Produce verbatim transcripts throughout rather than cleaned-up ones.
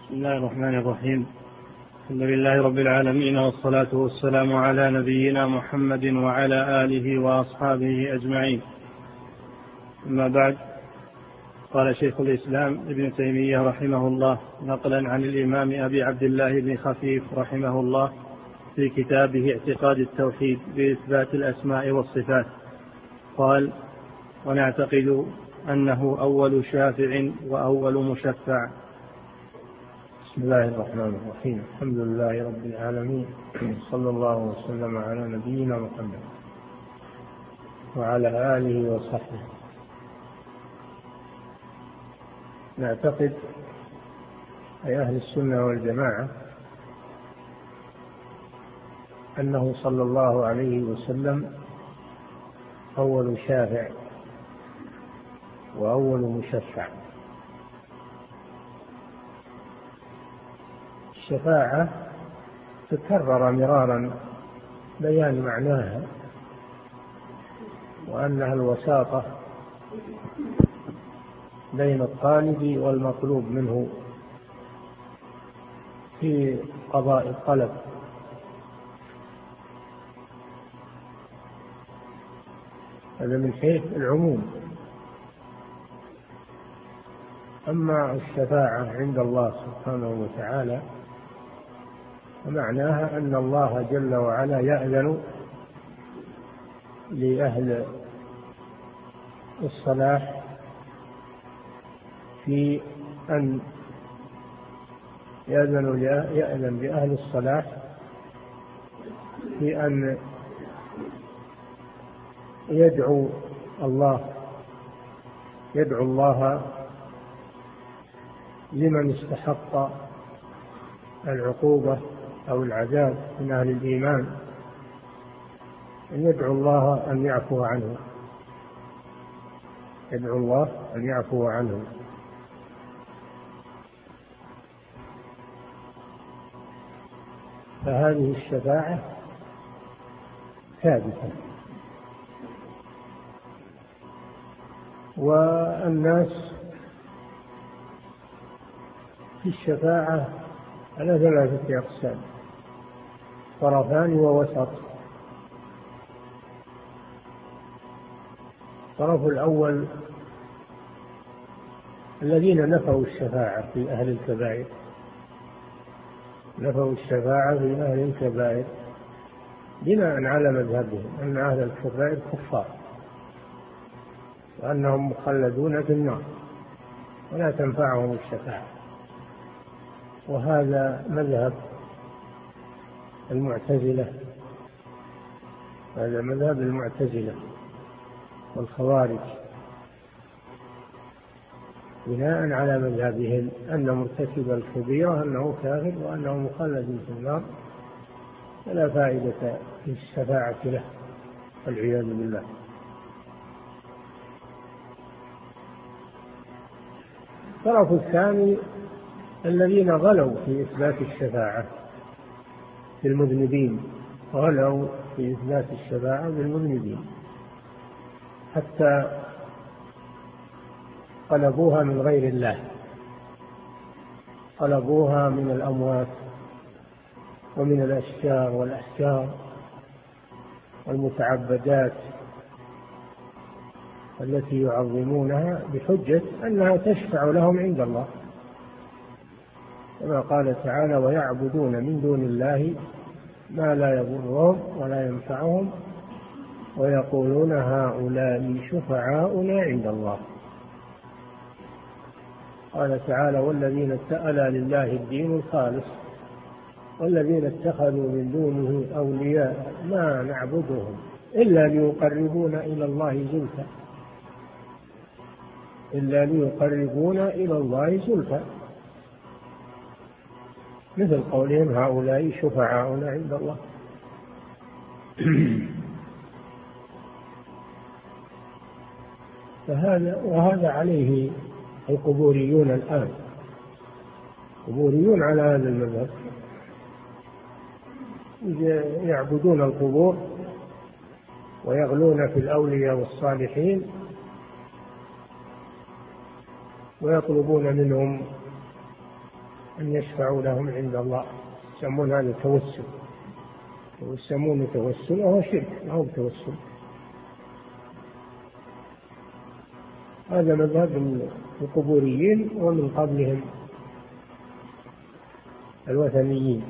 بسم الله الرحمن الرحيم. الحمد لله رب العالمين، والصلاة والسلام على نبينا محمد وعلى آله وأصحابه أجمعين. أما بعد، قال شيخ الإسلام ابن تيمية رحمه الله نقلا عن الإمام أبي عبد الله بن خفيف رحمه الله في كتابه اعتقاد التوحيد بإثبات الأسماء والصفات، قال: ونعتقد أنه أول شافع وأول مشفع. بسم الله الرحمن الرحيم. الحمد لله رب العالمين، صلى الله وسلم على نبينا محمد وعلى آله وصحبه. نعتقد أي أهل السنة والجماعة أنه صلى الله عليه وسلم أول شافع وأول مشفع. الشفاعة تكرر مرارا بيان معناها، وأنها الوساطة بين الطالب والمطلوب منه في قضاء الطلب. هذا من حيث العموم. أما الشفاعة عند الله سبحانه وتعالى فمعناها أن الله جل وعلا يأذن لأهل الصلاح في أن يأذن يأذن لأهل الصلاح في أن يدعو الله يدعو الله لمن استحق العقوبة أو العذاب من أهل الإيمان، أن يدعو الله أن يعفو عنه يدعو الله أن يعفو عنه. فهذه الشفاعة ثابتة. والناس في الشفاعة على ثلاثة أقسام: طرفان ووسط. الطرف الأول الذين نفوا الشفاعة في أهل الكبائر نفوا الشفاعة في أهل الكبائر بناء على مذهبهم أن أهل الكبائر كفار وأنهم مخلدون في النار ولا تنفعهم الشفاعة. وهذا مذهب المعتزلة هذا مذهب المعتزلة والخوارج، بناء على مذهبهم أن مرتكب الكبيرة أنه كافر وأنه مخلد في النار ولا فائدة في الشفاعة له والعياذ بالله. الطرف الثاني الذين غلوا في إثبات الشفاعة للمذنبين غلوا في إثبات الشفاعة للمذنبين حتى طلبوها من غير الله، طلبوها من الأموات ومن الأشجار والأحجار والمتعبدات التي يعظمونها بحجة أنها تشفع لهم عند الله، كما قال تعالى: ويعبدون من دون الله ما لا يضرهم ولا ينفعهم ويقولون هؤلاء شفعاؤنا عند الله. قال تعالى: والذين ألا لله الدين الخالص والذين اتخذوا من دونه أولياء ما نعبدهم إلا ليقربونا إلى الله زلفى إلا ليقربونا إلى الله زلفى مثل قولهم هؤلاء شفعاؤنا عند الله. فهذا وهذا عليه القبوريون الآن، قبوريون على هذا المذهب، يعبدون القبور ويغلون في الأولياء والصالحين ويطلبون منهم أن يشفعوا لهم عند الله، يسمون هذا توسل، ويسمونه توسل وهو شرك، ما هو توسل. هذا مذهب القبوريين ومن قبلهم الوثنيين.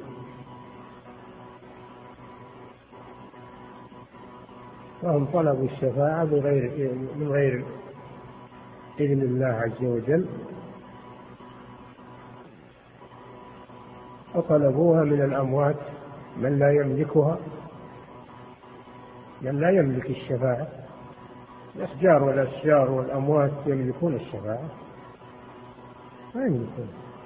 وهم طلبوا الشفاعة بغير من غير إذن الله عز وجل، وطلبوها من الأموات من لا يملكها، من لا يملك الشفاعة. الأشجار والأشجار والأموات يملكون الشفاعة؟ ما يملكون.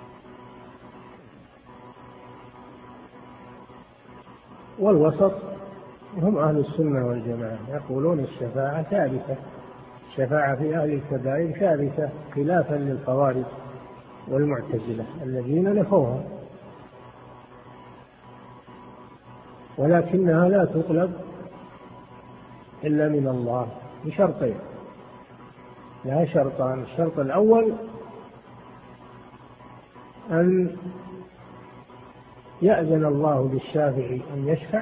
والوسط هم أهل السنة والجماعة، يقولون الشفاعة ثابتة، الشفاعة في أهل الكبائر ثابتة، خلافا للخوارج والمعتزلة الذين نفوها، ولكنها لا تطلب إلا من الله بشرطين، لها شرطان. الشرط الأول أن يأذن الله للشافع أن يشفع،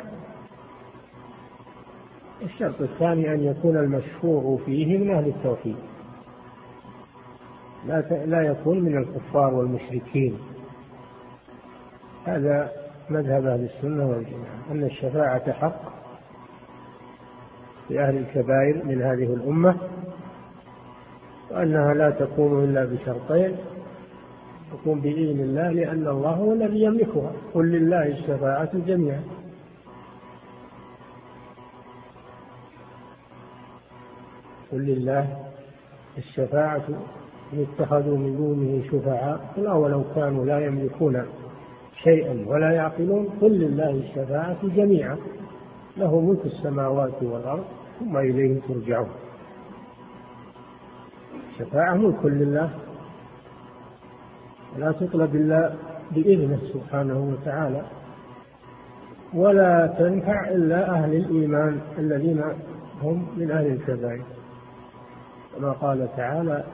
الشرط الثاني أن يكون المشفوع فيه من أهل التوحيد، لا يكون من الكفار والمشركين. هذا مذهب أهل السنة والجماعة، أن الشفاعة حق في أهل الكبائر من هذه الأمة، وأنها لا تكون إلا بشرطين، تكون بإذن الله لأن الله هو الذي يملكها، قل لله الشفاعة جميعا. قل لله الشفاعة إن اتخذوا من دونه شفعاء قل أولو كانوا لا يملكون شيئا ولا يعقلون قل لله الشفاعة جميعا له ملك السماوات والأرض ثم إليه ترجعون. الشفاعة ملك لله لا تطلب إلا بإذنه سبحانه وتعالى، ولا تنفع إلا أهل الإيمان الذين هم من أهل الكبائر، كما قال تعالى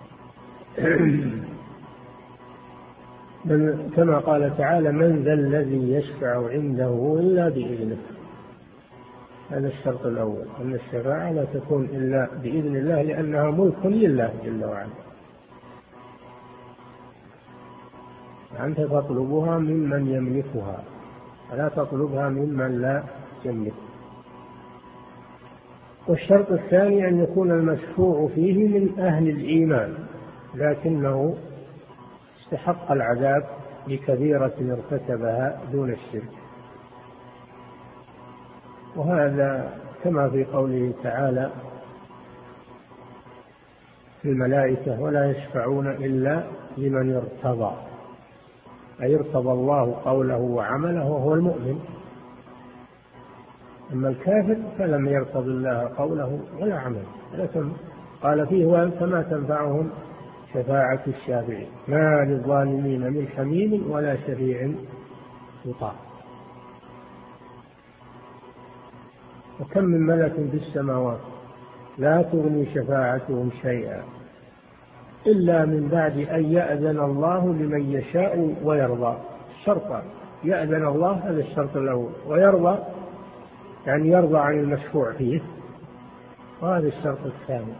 من كما قال تعالى من ذا الذي يشفع عنده إلا بإذنه. هذا الشرط الأول، أن الشفاعة لا تكون إلا بإذن الله لأنها ملك لله جل وعلا، أنت تطلبها ممن يملكها ولا تطلبها ممن لا يملك. والشرط الثاني أن يكون المشفوع فيه من أهل الإيمان لكنه استحق العذاب لكبيرة ارتكبها دون الشرك، وهذا كما في قوله تعالى في الملائكة ولا يشفعون إلا لمن ارتضى، أي ارتضى الله قوله وعمله وهو المؤمن. أما الكافر فلم يرتض الله قوله ولا عمله، لكن قال فيه فما تنفعهم شفاعة الشافعين ما للظالمين من حميم ولا شفيع يطاع. وكم من ملك في السماوات لا تغني شفاعتهم شيئا إلا من بعد أن يأذن الله لمن يشاء ويرضى. الشرط يأذن الله، هذا الشرط الأول، ويرضى يعني يرضى عن المشفوع فيه، وهذا الشرط الثاني.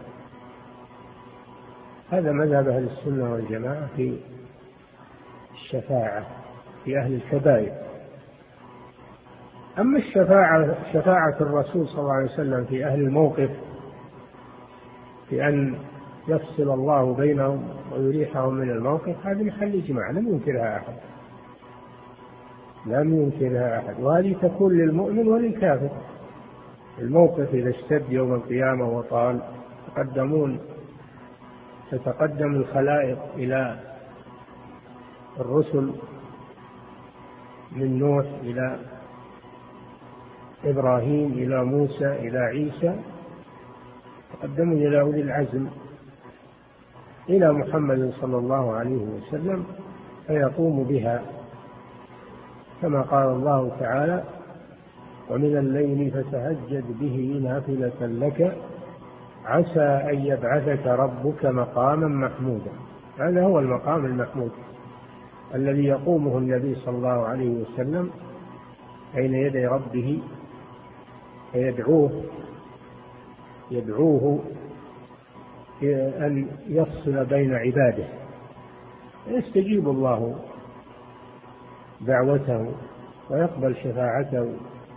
هذا مذهب أهل السنة والجماعة في الشفاعة في أهل الكبائر. أما الشفاعة شفاعة الرسول صلى الله عليه وسلم في أهل الموقف في أن يفصل الله بينهم ويريحهم من الموقف، هذه محل إجماع لم ينكرها أحد، لم ينكرها أحد، وهذه تكون للمؤمن وللكافر. الموقف إذا اشتد يوم القيامة وطال تقدمون تتقدم الخلائق إلى الرسل من نوح إلى إبراهيم إلى موسى إلى عيسى، تقدموا إلى أولي العزم إلى محمد صلى الله عليه وسلم فيقوم بها، كما قال الله تعالى ومن الليل فتهجد به نافلة لك عسى أن يبعثك ربك مقاما محمودا. هذا هو المقام المحمود، الذي يقومه النبي صلى الله عليه وسلم بين يدي ربه فيدعوه يدعوه أن يفصل بين عباده، يستجيب الله دعوته ويقبل شفاعته،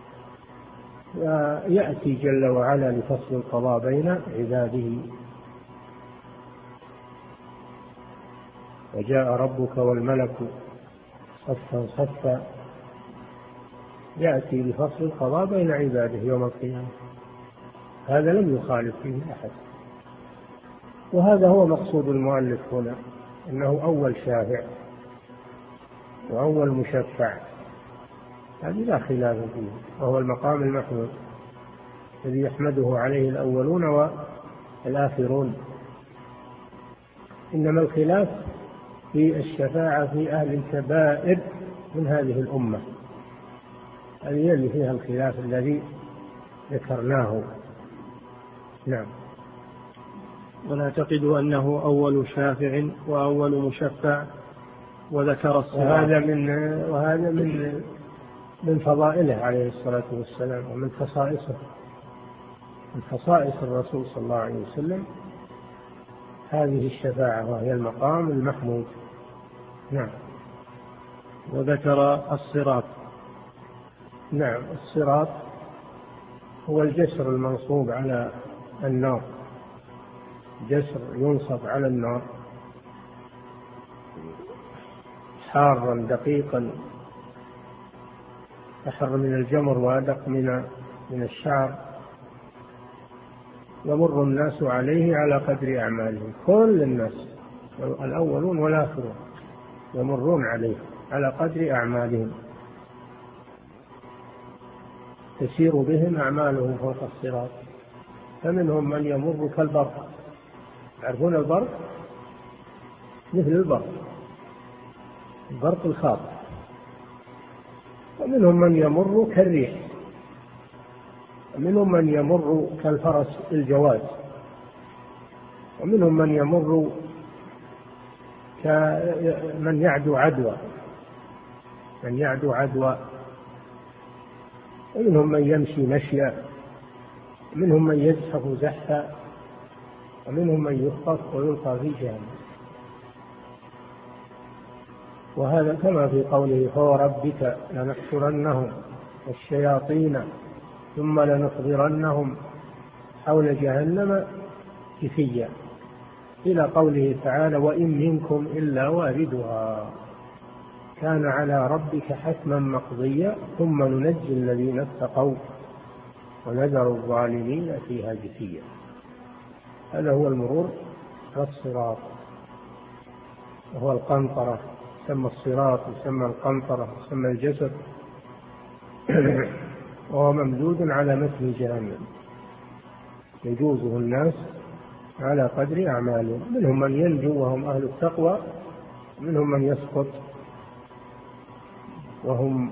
ويأتي جل وعلا لفصل القضاء بين عباده. وجاء ربك والملك صفا صفا، يأتي لفصل القضاء بين عباده يوم القيامة. هذا لم يخالف فيه أحد، وهذا هو مقصود المؤلف هنا، أنه أول شافع وأول مشفع، هذه لا خلاف فيه، وهو المقام المحمود الذي يحمده عليه الأولون والآخرون. إنما الخلاف في الشفاعة في أهل الكبائر من هذه الأمة، هذه اللي فيها الخلاف الذي ذكرناه. نعم. ونعتقد أنه أول شافع وأول مشفع، وذكر الصراط. وهذا من وهذا من من فضائله عليه الصلاة والسلام، ومن خصائصه، من خصائص الرسول صلى الله عليه وسلم هذه الشفاعة، وهي المقام المحمود. نعم. وذكر الصراط. نعم. الصراط هو الجسر المنصوب على النار، جسر ينصب على النار، حارا دقيقا أحر من الجمر وأدق من من الشعر، يمر الناس عليه على قدر أعمالهم، كل الناس الأولون والآخرون يمرون عليه على قدر أعمالهم، تسير بهم أعمالهم فوق الصراط. فمنهم من يمر كالبرق، تعرفون البرق؟ مثل البرق، البرق الخاطف. ومنهم من يمر كالريح، ومنهم من يمر كالفرس الجواد، ومنهم من يمر كمن يعدو عدوى من يعدو عدوى ومنهم من يمشي مشيا، ومنهم من يزحف زحفا، ومنهم من يخطف ويلقى في جهنم. وهذا كما في قوله: فوربك لنحشرنهم والشياطين ثم لنحضرنهم حول جهنم جثيا، إلى قوله تعالى: وإن منكم إلا واردها كان على ربك حتما مقضيا ثم ننجي الذين اتقوا ونذر الظالمين فيها جثيا. هذا هو المرور على الصراط، وهو القنطرة، يسمى الصراط، يسمى القنطرة، يسمى الجسر، وهو ممدود على مثل جهنم يجوزه الناس على قدر أعمالهم، منهم من ينجو وهم أهل التقوى، ومنهم من يسقط وهم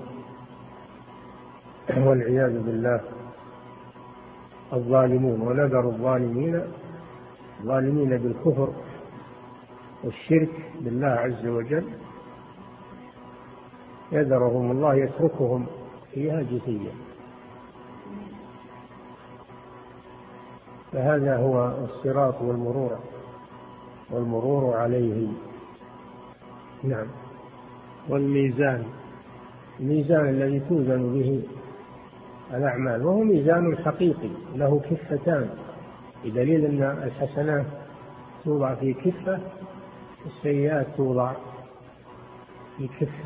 والعياذ بالله الظالمون. ونذر الظالمين الظالمين بالكفر والشرك بالله عز وجل، يذرهم الله، يتركهم فيها جثيا. فهذا هو الصراط والمرور والمرور عليه. نعم. والميزان، الميزان الذي توزن به الأعمال، وهو ميزان حقيقي له كفتان، بدليل أن الحسنات توضع في كفة، السيئات توضع في كفة،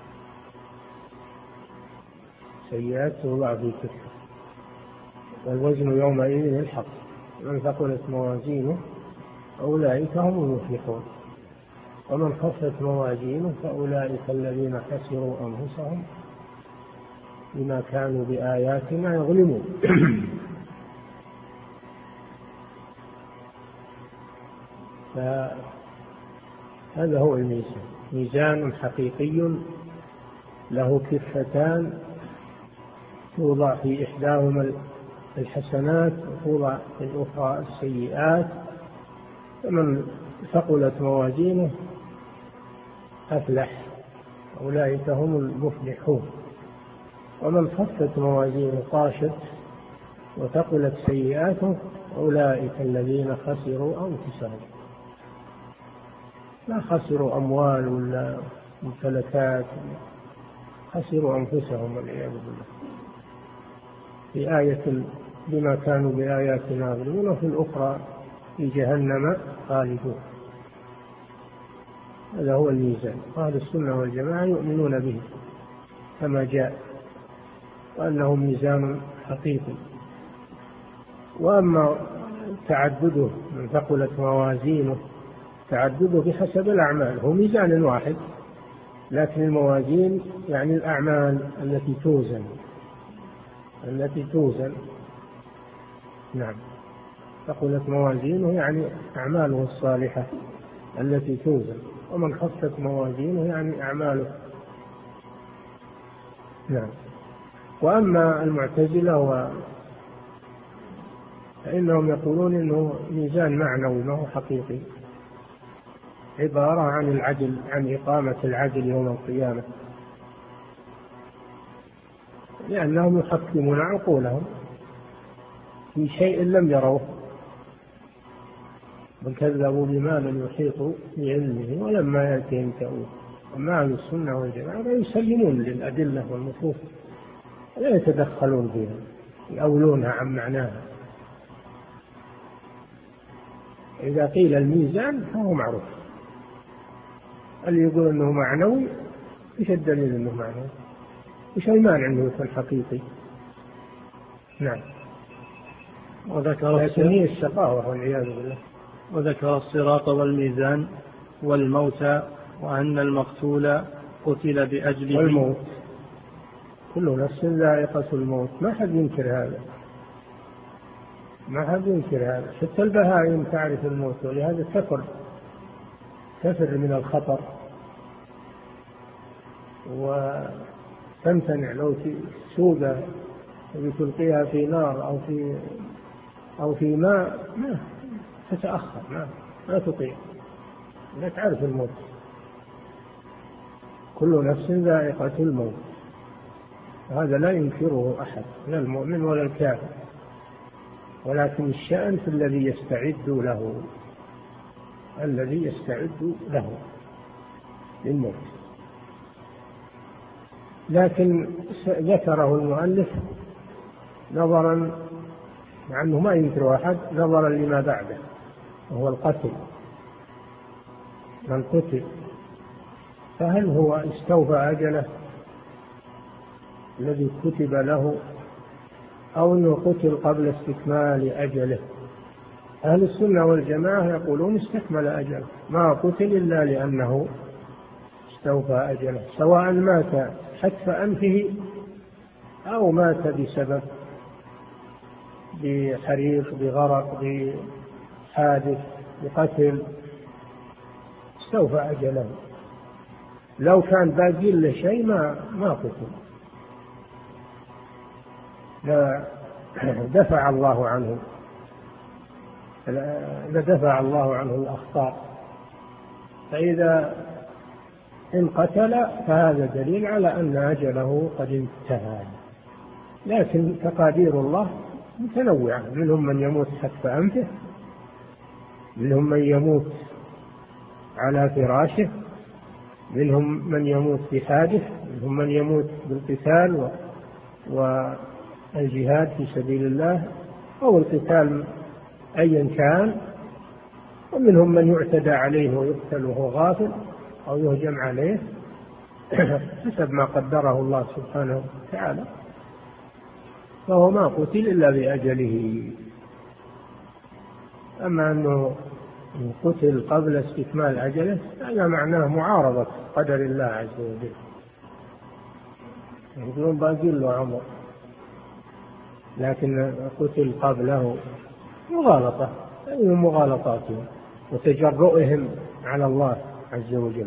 السيئات توضع في كفة. والوزن يومئذ الحق، من ثقلت موازينه أولئك هم المفلحون، ومن خفت موازينه فأولئك الذين خسروا أنفسهم بما كانوا بآياتنا يظلمون. فهذا هو الميزان، ميزان حقيقي له كفتان، توضع في إحداهما الحسنات وتوضع في الأخرى السيئات، فمن ثقلت موازينه أفلح أولئك هم المفلحون. ومن خفت موازينه طاشت وثقلت سيئاته أولئك الذين خسروا أنفسهم. لا خسروا أموال ولا ممتلكات، خسروا أنفسهم والعياذ بالله، في آية بما كانوا بآياتنا يظلمون، وفي الأخرى في جهنم خالدون. هذا هو الميزان، أهل السنة والجماعة يؤمنون به كما جاء، وأنه ميزان حقيقي. وأما تعدده من ثقلت موازينه، تعدده بحسب الأعمال، هو ميزان واحد، لكن الموازين يعني الأعمال التي توزن التي توزن نعم، ثقلت موازينه يعني أعماله الصالحة التي توزن، ومن خفت موازينه يعني أعماله. نعم. وأما المعتزلة فإنهم يقولون إنه ميزان معنوي ما هو حقيقي، عبارة عن العدل، عن إقامة العدل يوم القيامة، لأنهم يحكمون عقولهم في شيء لم يروه، بل كذبوا بما لم يحيطوا بعلمه ولما يأتهم تأويله. أما أهل السنة والجماعة يسلمون للأدلة والنصوص، لا يتدخلون فيها، يأولونها عن معناها. إذا قيل الميزان فهو معروف، اللي يقول أنه معنوي إيش الدليل أنه معنوي؟ إيش المانع أنه يكون حقيقي؟ نعم. وذكر لكن الشقاوة والعياذ بالله. وذكر الصراط والميزان والموت، وأن المقتول قتل بأجله. والموت، كل نفس ذائقة الموت، ما حد ينكر هذا، ما حد ينكر هذا، حتى البهائم تعرف الموت، ولهذا تفر تفر من الخطر وتمتنع. لو سودة تلقيها في نار أو في أو في ماء ما تتأخر، ما ما تطيع، لا تعرف الموت. كل نفس ذائقة الموت، هذا لا ينكره أحد، لا المؤمن ولا الكافر، ولكن الشأن في الذي يستعد له، الذي يستعد له للموت. لكن ذكره المؤلف نظرا، مع أنه ما ينكر أحد، نظرا لما بعده وهو القتل. من قتل فهل هو استوفى أجله الذي كتب له، أو أنه قتل قبل استكمال أجله؟ أهل السنة والجماعة يقولون استكمل أجله، ما قتل إلا لأنه استوفى أجله، سواء مات حتف أنفه أو مات بسبب بحريق، بغرق، بحادث، بقتل، استوفى أجله. لو كان باقي له شيء ما ما قتل، لا دفع الله عنه لدفع الله عنه الأخطاء. فإذا إن قتل فهذا دليل على أن أجله قد انتهى. لكن تقادير الله متنوعة، منهم من يموت حتف أنفه، منهم من يموت على فراشه، منهم من يموت بحادث، منهم من يموت بالقتال والجهاد في سبيل الله أو القتال أيا كان، ومنهم من يعتدى عليه ويقتل وهو غافل أو يهجم عليه حسب ما قدره الله سبحانه وتعالى، فهو ما قتل إلا بأجله. أما أنه قتل قبل استكمال أجله هذا معناه معارضة قدر الله عز وجل، يقولون باقي له عمر، لكن قتل قبله مغالطة، أي مغالطاتهم وتجرؤهم على الله عز وجل.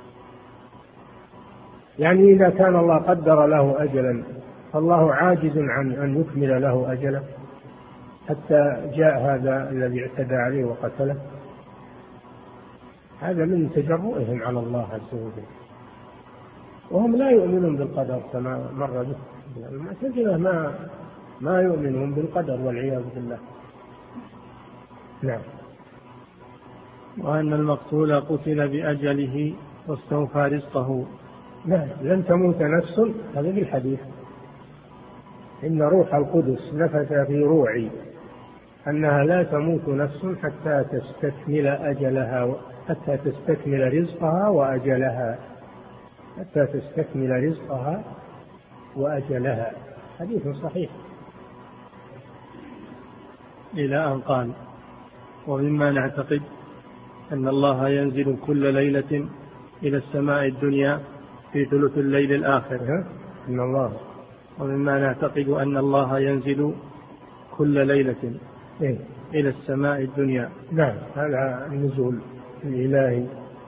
يعني إذا كان الله قدر له أجلا فالله عاجز عن أن يكمل له أجله حتى جاء هذا الذي اعتدى عليه وقتله؟ هذا من تجرؤهم على الله عز وجل. وهم لا يؤمنون بالقدر كما مر به. المعتزلة ما ما يؤمنون بالقدر والعياذ بالله. نعم. وأن المقتول قتل بأجله واستوفى رزقه. نعم، لن تموت نفس، هذا في الحديث، إن روح القدس نفث في روعي أنها لا تموت نفس حتى تستكمل أجلها، حتى تستكمل رزقها وأجلها، حتى تستكمل رزقها وأجلها. حديث صحيح. إلى أن قال: ومما نعتقد أن الله ينزل كل ليلة إلى السماء الدنيا في ثلث الليل الآخر. إن الله ومما نعتقد أن الله ينزل كل ليلة إيه؟ إلى السماء الدنيا. نعم، هذا النزول الإلهي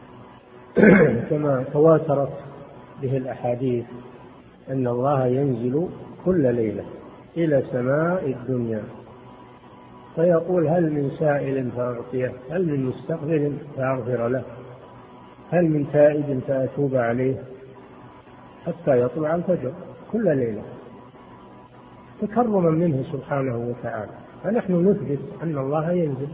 كما تواترت به الأحاديث أن الله ينزل كل ليلة إلى سماء الدنيا فيقول: هل من سائل فأعطيه، هل من مستغفر فأغفر له، هل من تائب فأتوب عليه، حتى يطلع الفجر كل ليلة، تكرما منه سبحانه وتعالى. فنحن نثبت أن الله ينزل،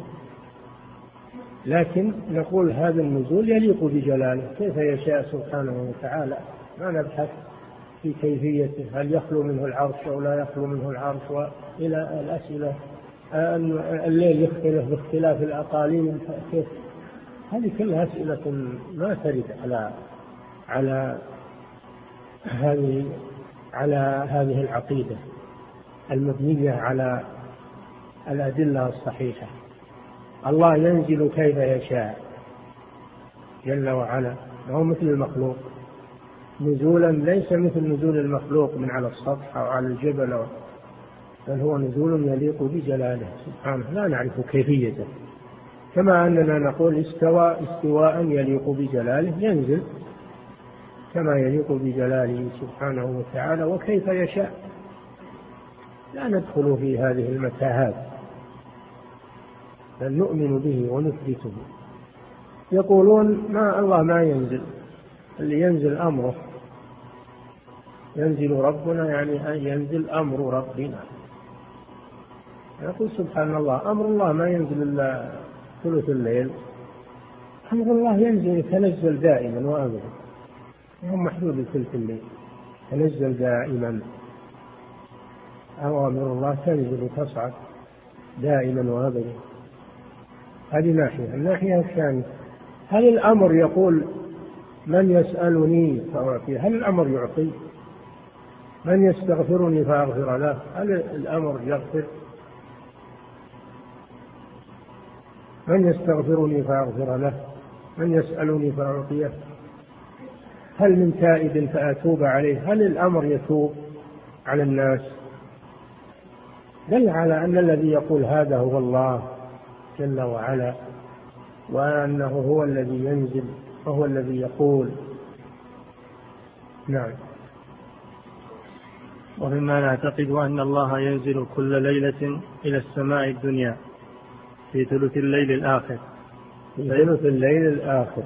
لكن نقول هذا النزول يليق بجلاله كيف يشاء سبحانه وتعالى، ما نبحث في كيفيته، هل يخلو منه العرش أو لا يخلو منه العرش، وإلى الأسئلة الليل يختلف باختلاف الأقاليم كيف، هذه كلها أسئلة ما ترد على على هذه على هذه العقيدة المبنية على الأدلة الصحيحة. الله ينزل كيف يشاء جل وعلا، هو مثل المخلوق نزولا ليس مثل نزول المخلوق من على السطح أو على الجبل، بل هو نزول يليق بجلاله سبحانه، لا نعرف كيفيته، كما أننا نقول استوى استواء يليق بجلاله، ينزل كما يليق بجلاله سبحانه وتعالى وكيف يشاء. لا ندخل في هذه المتاهات، بل نؤمن به ونثبته. يقولون ما الله ما ينزل، اللي ينزل أمره، ينزل ربنا يعني أن ينزل أمر ربنا. يقول سبحان الله أمر الله ما ينزل إلا ثلث الليل، أمر الله ينزل يتنزل دائما وأبدا، هم محدود ثلث الليل، تنزل دائما، أوامر الله تنزل وتصعد دائما وأبدا. هذه ناحية. الناحية الثانية، هل الأمر يقول من يسألني فأعطيه؟ هل الأمر يعطي؟ من يستغفرني فأغفر له؟ هل الأمر يغفر؟ من يستغفرني فأغفر له؟ من يسألني فأعطيه؟ هل من تائب فأتوب عليه؟ هل الأمر يتوب على الناس؟ دل على أن الذي يقول هذا هو الله جل وعلا، وأنه هو الذي ينزل وهو الذي يقول. نعم. ومما نعتقد أن الله ينزل كل ليلة إلى السماء الدنيا في ثلث الليل الآخر. في ثلث الليل الآخر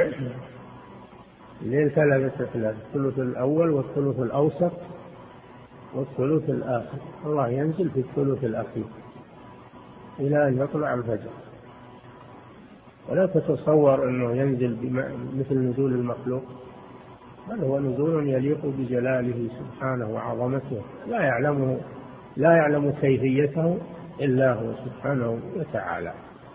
الليل ثلاثة أثلاث، الثلث الأول والثلث الأوسط والثلث الآخر، الله ينزل في الثلث الأخير إلى أن يطلع الفجر. ولا تتصور أنه ينزل مثل نزول المخلوق، بل هو نزول يليق بجلاله سبحانه وعظمته، لا يعلمه لا يعلم كيفيته إلا هو سبحانه وتعالى.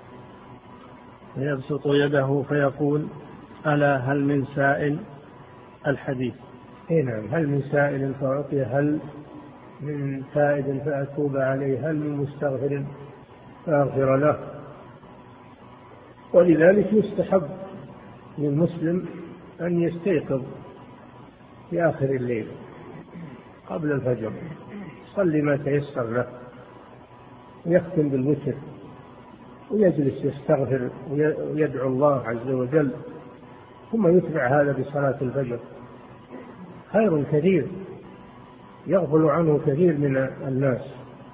يبسط يده فيقول: ألا هل من سائل؟ الحديث. إيه نعم، هل من سائل فأعطي، هل من تائب فأتوب عليه، هل من مستغفر فأغفر له. ولذلك يستحب للمسلم أن يستيقظ في آخر الليل قبل الفجر، يصلي ما تيسر له، ويختم بالوتر، ويجلس يستغفر ويدعو الله عز وجل، ثم يتبع هذا بصلاة الفجر، خير كثير يغفل عنه كثير من الناس،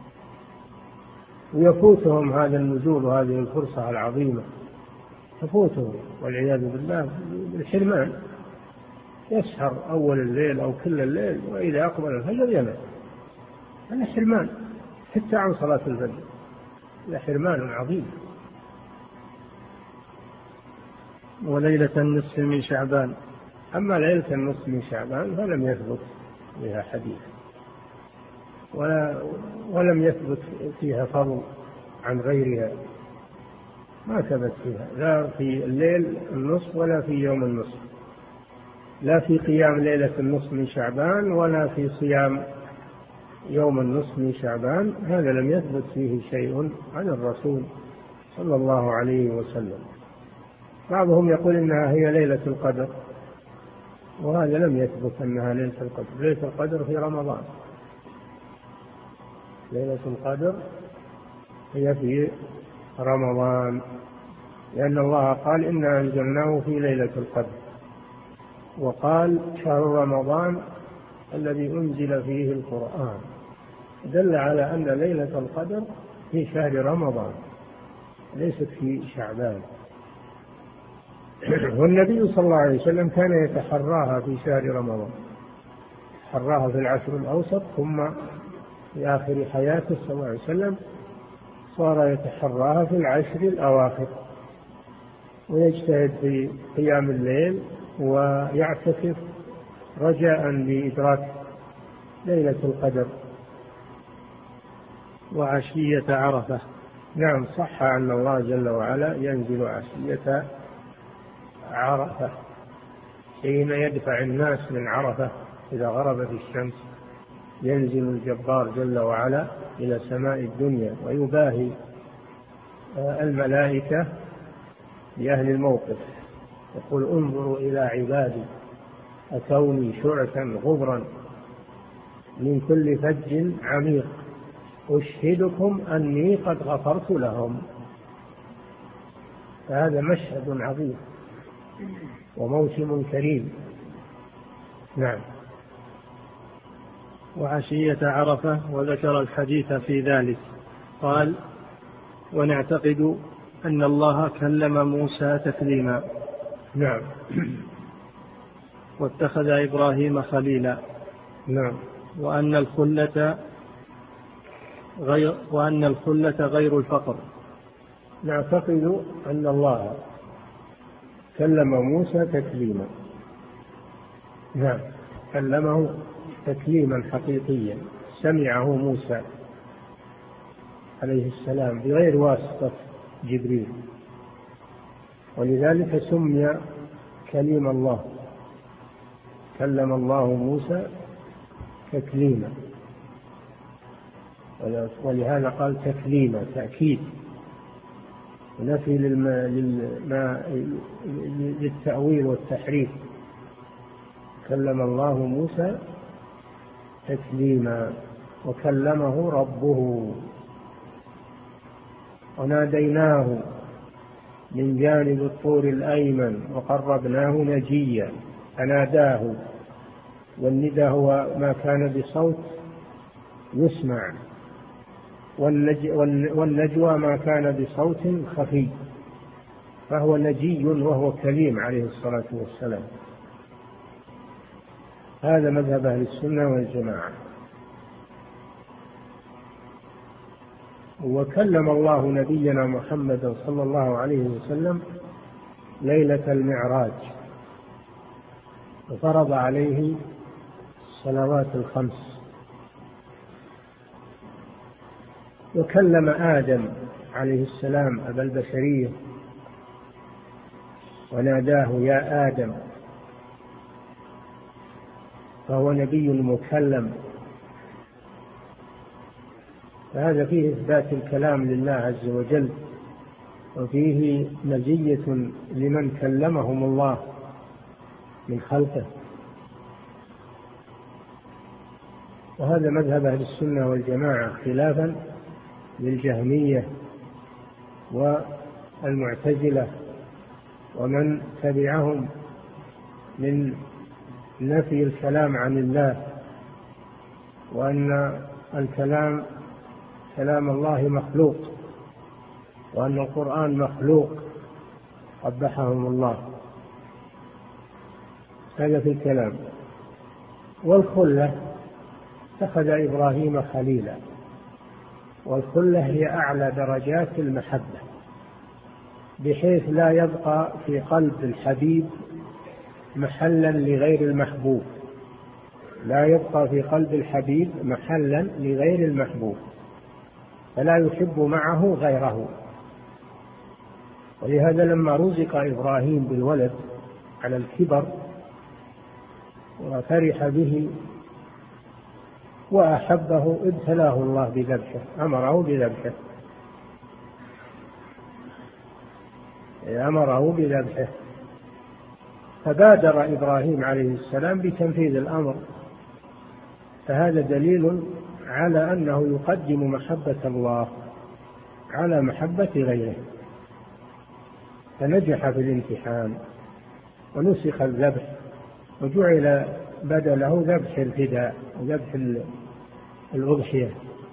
ويفوتهم هذا النزول وهذه الفرصة العظيمة، تفوتهم والعياذ بالله بالحرمان. يسهر أول الليل أو كل الليل، وإذا أقبل الفجر ينام. هذا حرمان حتى عن صلاة الفجر، هذا حرمان عظيم. وليلة النصف من شعبان. أما ليلة النصف من شعبان فلم يثبت فيها حديث، ولا ولم يثبت فيها فضل عن غيرها، ما ثبت فيها لا في الليل النصف ولا في يوم النصف، لا في قيام ليلة النصف من شعبان ولا في صيام يوم النصف من شعبان. هذا لم يثبت فيه شيء عن الرسول صلى الله عليه وسلم. بعضهم يقول إنها هي ليلة القدر، وهذا لم يثبت أنها ليلة القدر. ليلة القدر في رمضان، ليلة القدر هي في رمضان، لأن الله قال إنا أنزلناه في ليلة القدر، وقال شهر رمضان الذي أنزل فيه القرآن، دل على أن ليلة القدر في شهر رمضان ليست في شعبان. والنبي صلى الله عليه وسلم كان يتحراها في شهر رمضان، حراها في العشر الأوسط، ثم في آخر حياته صلى الله عليه وسلم صار يتحراها في العشر الأواخر، ويجتهد في قيام الليل ويعتكف رجاء لإدراك ليلة القدر. وعشية عرفة. نعم، صح أن الله جل وعلا ينزل عشية عرفة حين يدفع الناس من عرفة إذا غربت الشمس، ينزل الجبار جل وعلا إلى سماء الدنيا ويباهي الملائكة لأهل الموقف، يقول انظروا إلى عبادي أتوني شعثا غبرا من كل فج عميق أشهدكم أني قد غفرت لهم. فهذا مشهد عظيم وموسم كريم. نعم. وعشية عرفة. وذكر الحديث في ذلك، قال ونعتقد أن الله كلم موسى تكليما. نعم. واتخذ إبراهيم خليلا. نعم. وأن الخلة غير وأن الخلة غير الفقر. نعتقد أن الله كلم موسى تكليما. نعم، كلمه تكليما حقيقيا، سمعه موسى عليه السلام بغير واسطة جبريل، ولذلك سمي كليم الله، كلم الله موسى تكليما، ولهذا قال تكليما تأكيد ونفي للتأويل والتحريف. كلم الله موسى تكليما وكلمه ربه وناديناه من جانب الطور الأيمن وقربناه نجيا. فناداه، والندى هو ما كان بصوت يسمع، والنجوى ما كان بصوت خفي، فهو نجي وهو كليم عليه الصلاة والسلام. هذا مذهب أهل السنة والجماعة. وكلم الله نبينا محمد صلى الله عليه وسلم ليلة المعراج، وفرض عليه الصلوات الخمس. وكلم آدم عليه السلام أبا البشرية وناداه يا آدم، فهو نبي مكلم. فهذا فيه إثبات الكلام لله عز وجل، وفيه مزية لمن كلمهم الله من خلقه. وهذا مذهب أهل السنة والجماعة، خلافا للجهمية والمعتزلة ومن تبعهم من نفي الكلام عن الله، وأن الكلام كلام الله مخلوق، وأن القرآن مخلوق، قبحهم الله. هذا في الكلام. والخلة اتخذ إبراهيم خليلا، والخلة هي أعلى درجات المحبة، بحيث لا يبقى في قلب الحبيب محلا لغير المحبوب، لا يبقى في قلب الحبيب محلا لغير المحبوب، فلا يحب معه غيره. ولهذا لما رزق إبراهيم بالولد على الكبر وفرح به وأحبه ابتلاه الله بذبحه، أمره بذبحه أمره بذبحه فبادر إبراهيم عليه السلام بتنفيذ الأمر. فهذا دليل على أنه يقدم محبة الله على محبة غيره، فنجح في الامتحان ونسخ الذبح وجعل بدله ذبح الفداء وذبح الأضحية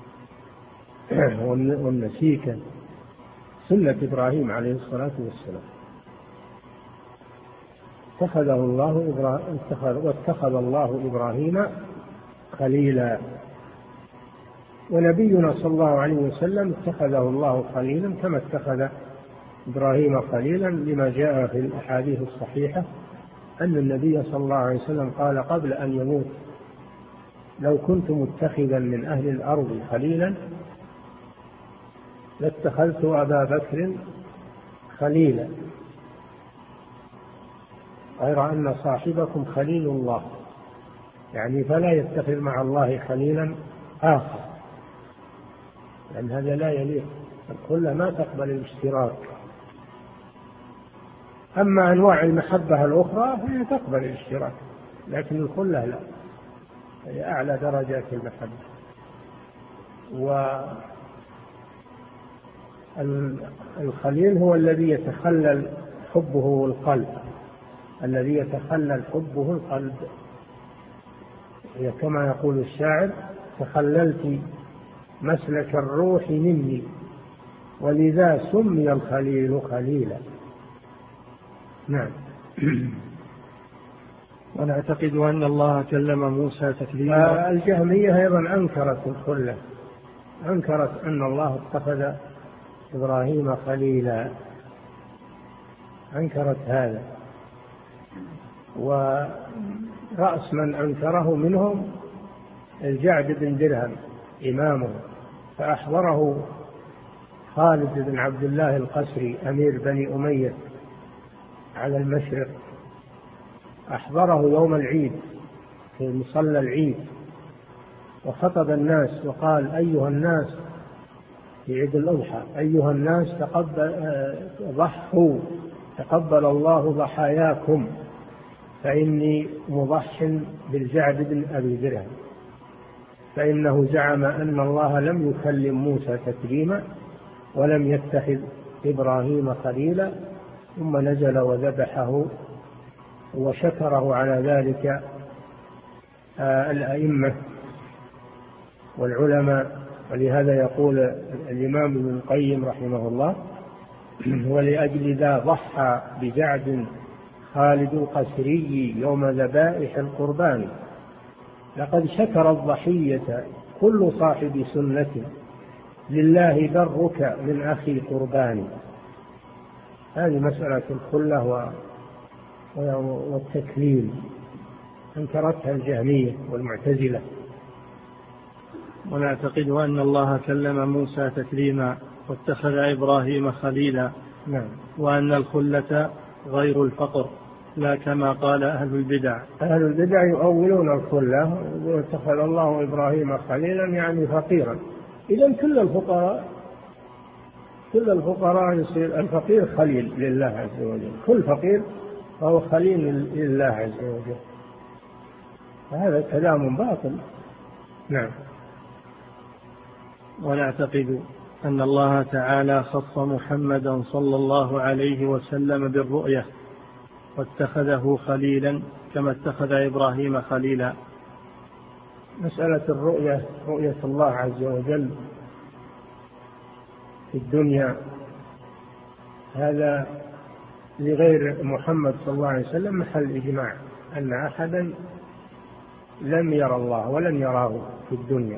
والنسيكة، سنة إبراهيم عليه الصلاة والسلام. اتخذه الله إبراهيم واتخذ الله إبراهيم خليلا. ونبينا صلى الله عليه وسلم اتخذه الله خليلا كما اتخذ إبراهيم خليلا، لما جاء في الأحاديث الصحيحة أن النبي صلى الله عليه وسلم قال قبل أن يموت: لو كنت متخذا من أهل الأرض خليلا لاتخذت أبا بكر خليلا، غير أن صاحبكم خليل الله، يعني فلا يتخذ مع الله خليلا آخر، لأن هذا لا يليق. الخلة ما تقبل الاشتراك. أما أنواع المحبة الأخرى فهي تقبل الاشتراك، لكن الخلة لا، هي أعلى درجات المحبة. والخليل هو الذي يتخلل حبه القلب، الذي يتخلل حبه القلب، كما يقول الشاعر: تخللت مسلك الروح مني ولذا سمي الخليل خليلا. نعم. ونعتقد أن الله كلم موسى تكليما. الجهمية أيضا أنكرت الخلة، أنكرت أن الله اتخذ إبراهيم خليلا، أنكرت هذا. ورأس من أنكره منهم الجعد بن درهم إمامه، فأحضره خالد بن عبد الله القسري أمير بني أمية على المشرق، أحضره يوم العيد في مصلى العيد وخطب الناس وقال: أيها الناس، في عيد الأضحى، أيها الناس تقبل ضحوا تقبل الله ضحاياكم، فإني مضح بالجعد بن أبي درهم، فإنه زعم أن الله لم يكلم موسى تكليما ولم يتخذ إبراهيم خليلا، ثم نزل وذبحه وشكره على ذلك الأئمة والعلماء. ولهذا يقول الإمام ابن القيم رحمه الله: ولأجل ذا ضحى بجعد خالد القسري يوم ذبائح القربان، لقد شكر الضحية كل صاحب سنة، لله برك من أخي قربان. هذه مسألة الخلة والتكليم أنكرتها الجهمية والمعتزلة. ونعتقد أن الله كلم موسى تكليما واتخذ إبراهيم خليلا. نعم. وأن الخلة غير الفقر، لا كما قال أهل البدع. أهل البدع يؤولون الخلة، واتخذ الله إبراهيم خليلا يعني فقيرا. إذن كل الفقراء كل الفقراء يصير الفقير خليل لله عز وجل، كل فقير فهو خليل لله عز وجل، فهذا كلام باطل. نعم. ونعتقد أن الله تعالى خص محمدا صلى الله عليه وسلم بالرؤية واتخذه خليلا كما اتخذ إبراهيم خليلا. مسألة الرؤية، رؤية الله عز وجل في الدنيا، هذا لغير محمد صلى الله عليه وسلم محل إجماع، أن أحدا لم يرى الله ولن يراه في الدنيا.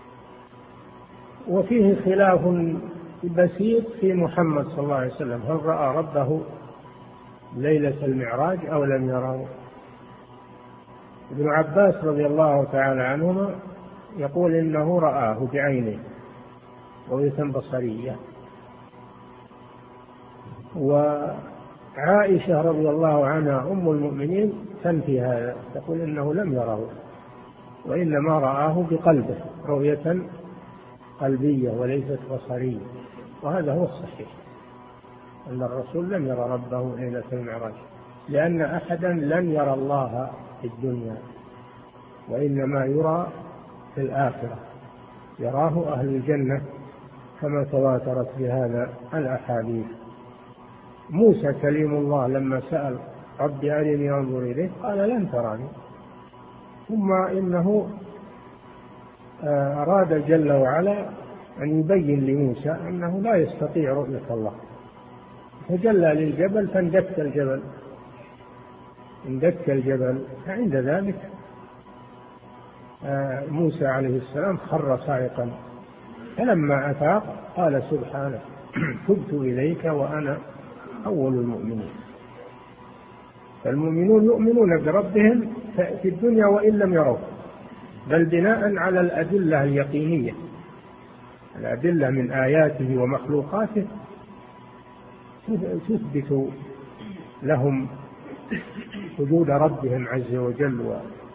وفيه خلاف بسيط في محمد صلى الله عليه وسلم، هل رأى ربه ليلة المعراج أو لم يره؟ ابن عباس رضي الله تعالى عنهما يقول إنه رآه بعينه رؤية بصرية، وعائشة رضي الله عنها أم المؤمنين تنفي هذا، تقول إنه لم يره وإنما رآه بقلبه رؤية قلبية وليست بصرية، وهذا هو الصحيح أن الرسول لم يرى ربه ليلة المعراج، لأن أحدا لن يرى الله في الدنيا، وإنما يرى في الآخرة، يراه أهل الجنة كما تواترت بهذا الأحاديث. موسى كليم الله لما سأل رب أرني أنظر إليه قال لن تراني، ثم إنه أراد جل وعلا أن يبين لموسى أنه لا يستطيع رؤية الله، فجلى للجبل فاندك الجبل اندك الجبل فعند ذلك موسى عليه السلام خر صاعقا، فلما أفاق قال سبحانه تبت إليك وأنا أول المؤمنين. فالمؤمنون يؤمنون بربهم في الدنيا وإن لم يروه، بل بناء على الأدلة اليقينية، الأدلة من آياته ومخلوقاته تثبت لهم وجود ربهم عز وجل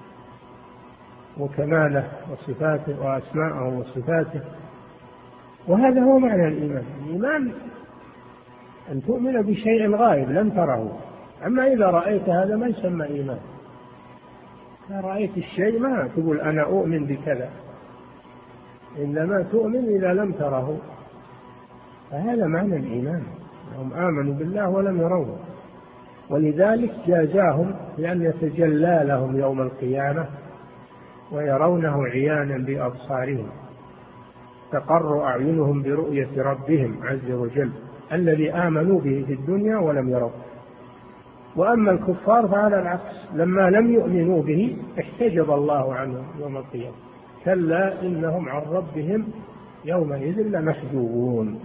وكماله وصفاته وأسماءه وصفاته. وهذا هو معنى الإيمان. الإيمان أن تؤمن بشيء غائب لم تره، أما إذا رأيت هذا ما يسمى إيمان. إذا رأيت الشيء ما تقول أنا أؤمن بكذا، إنما تؤمن إذا لم تره، فهذا معنى الإيمان. هم آمنوا بالله ولم يروه، ولذلك جازاهم بأن يتجلى لهم يوم القيامة ويرونه عيانا بأبصارهم، تقر أعينهم برؤية ربهم عز وجل الذي آمنوا به في الدنيا ولم يروه. وأما الكفار فعلى العكس، لما لم يؤمنوا به احتجب الله عنهم يوم القيامة، كلا إنهم عن ربهم يومئذ لمحجوبون.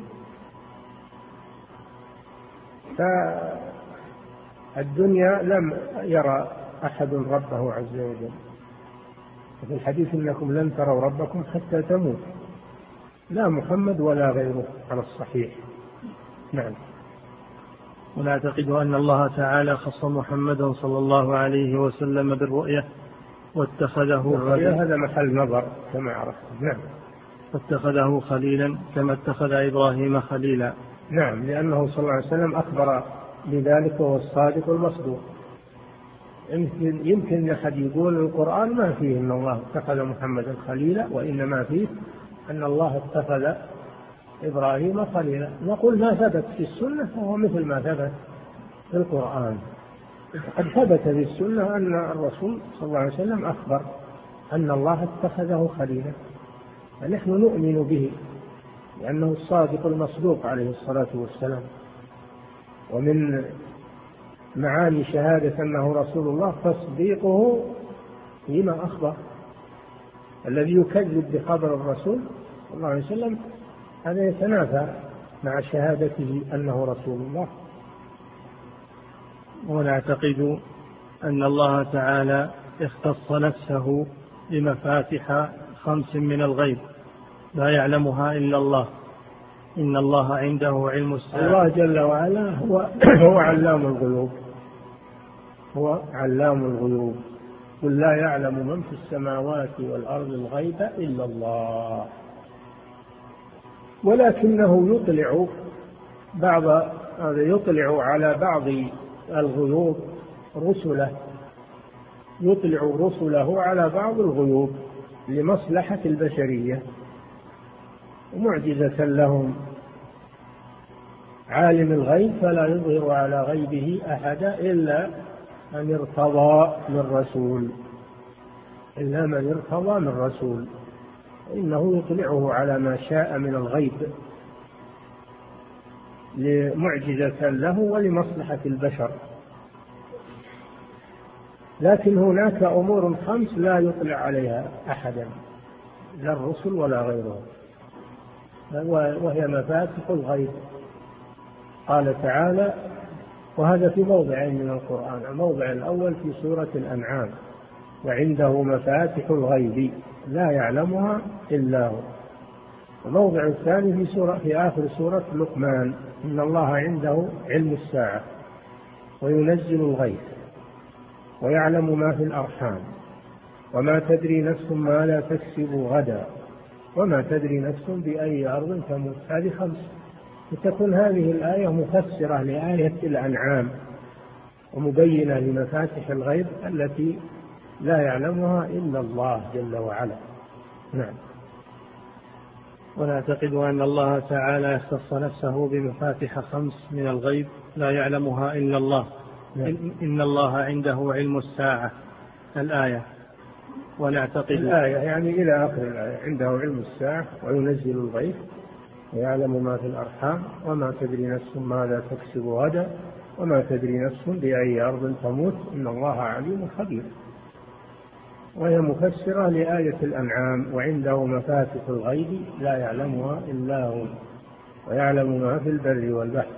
فالدنيا لم يرى أحد ربه عز وجل، وفي الحديث إنكم لن تروا ربكم حتى تموتوا، لا محمد ولا غيره على الصحيح. نعم. ونعتقد أن الله تعالى خص محمدا صلى الله عليه وسلم بالرؤية واتخذه هذا محل نظر كما عرفت. نعم. واتخذه خليلا كما اتخذ إبراهيم خليلا. نعم، لأنه صلى الله عليه وسلم أخبر بذلك وهو الصادق المصدوق. يمكن يمكن أحد يقول القرآن ما فيه أن الله اتخذ محمدا خليلا، وإنما فيه أن الله اتخذ إبراهيم خليلا. نقول ما ثبت في السنة فهو مثل ما ثبت في القرآن. قد ثبت في السنة أن الرسول صلى الله عليه وسلم أخبر أن الله اتخذه خليلا، فنحن نؤمن به لأنه الصادق المصدوق عليه الصلاة والسلام. ومن معاني شهادة أنه رسول الله تصديقه فيما أخبر. الذي يكذب بخبر الرسول صلى الله عليه وسلم هذا يتنافى مع شهادته أنه رسول الله. ونعتقد أن الله تعالى اختص نفسه بمفاتح خمس من الغيب لا يعلمها إلا الله. إن الله عنده علم الساعة. الله جل وعلا هو, هو علام الغيوب، هو علام الغيوب. قل لا يعلم من في السماوات والأرض الغيب إلا الله، ولكنه يطلع بعض يطلع على بعض الغيوب رسله، يطلع رسله على بعض الغيوب لمصلحة البشرية ومعجزة لهم. عالم الغيب فلا يظهر على غيبه أحدا إلا من ارتضى من رسول، إلا من ارتضى من رسول، إنه يطلعه على ما شاء من الغيب لمعجزة له ولمصلحة البشر. لكن هناك أمور خمس لا يطلع عليها أحدا، لا الرسل ولا غيرهم، وهي مفاتح الغيب. قال تعالى، وهذا في موضعين من القرآن، الموضع الأول في سورة الأنعام: وعنده مفاتح الغيب لا يعلمها إلا هو. الموضع الثاني في سورة في آخر سورة لقمان: إن الله عنده علم الساعة وينزل الغيث ويعلم ما في الأرحام وما تدري نفس ما لا تكسب غدا وما تدري نفس بأي أرض تموت. هذه خمس، وتكون هذه الآية مفسرة لآية الأنعام ومبينة لمفاتح الغيب التي لا يعلمها إلا الله جل وعلا. نعم. ونعتقد أن الله تعالى اختص نفسه بمفاتح خمس من الغيب لا يعلمها إلا الله. نعم. إن الله عنده علم الساعة، الآية. ونعتقد الآية يعني إلى آخر الآية: عنده علم الساعة وينزل الغيث ويعلم ما في الأرحام وما تدري نفس ماذا تكسب غدا وما تدري نفس بأي أرض تموت إن الله عليم خبير. وهي مفسرة لآية الأنعام: وعنده مفاتح الغيب لا يعلمها إلا هو ويعلم ما في البر والبحر.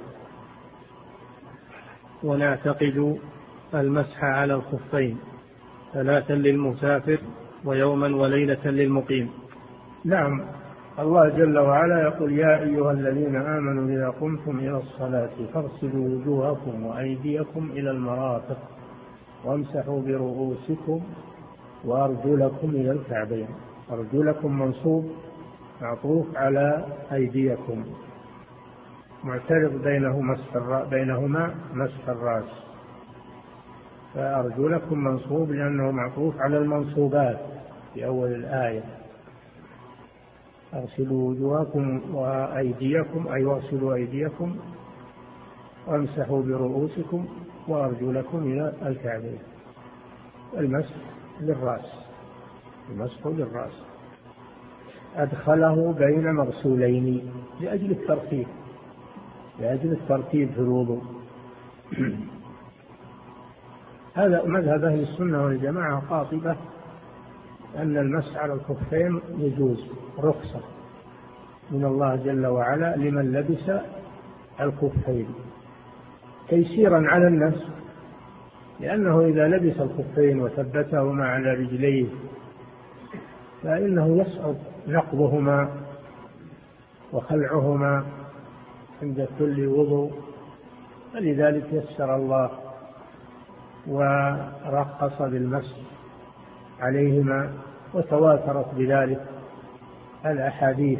ونعتقد المسح على الخفين ثلاثا للمسافر ويوما وليلة للمقيم. نعم، الله جل وعلا يقول: يا أيها الذين آمنوا إذا قمتم إلى الصلاة فاغسلوا وجوهكم وأيديكم إلى المرافق وامسحوا برؤوسكم وأرجلكم إلى الكعبين. أرجلكم منصوب معطوف على أيديكم، معترض بينهما بينهما مسح الرأس، فأرجلكم منصوب لأنه معطوف على المنصوبات في أول الآية. أغسلوا وجوهكم وأيديكم أي واغسلوا أيديكم وامسحوا برؤوسكم وأرجلكم إلى الكعبين. المسح للرأس، المسح للرأس. أدخله بين مغسولين لأجل الترتيب، لأجل الترتيب في الوضوء. هذا مذهب أهل السنة والجماعة قاطبة أن المسح على الخفين يجوز، رخصة من الله جل وعلا لمن لبس الخفين تيسيرا على النفس، لأنه إذا لبس الخفين وثبتهما على رجليه فإنه يصعب نقضهما وخلعهما عند كل وضوء، فلذلك يسر الله ورخص بالمسح عليهما، وتواترت بذلك الأحاديث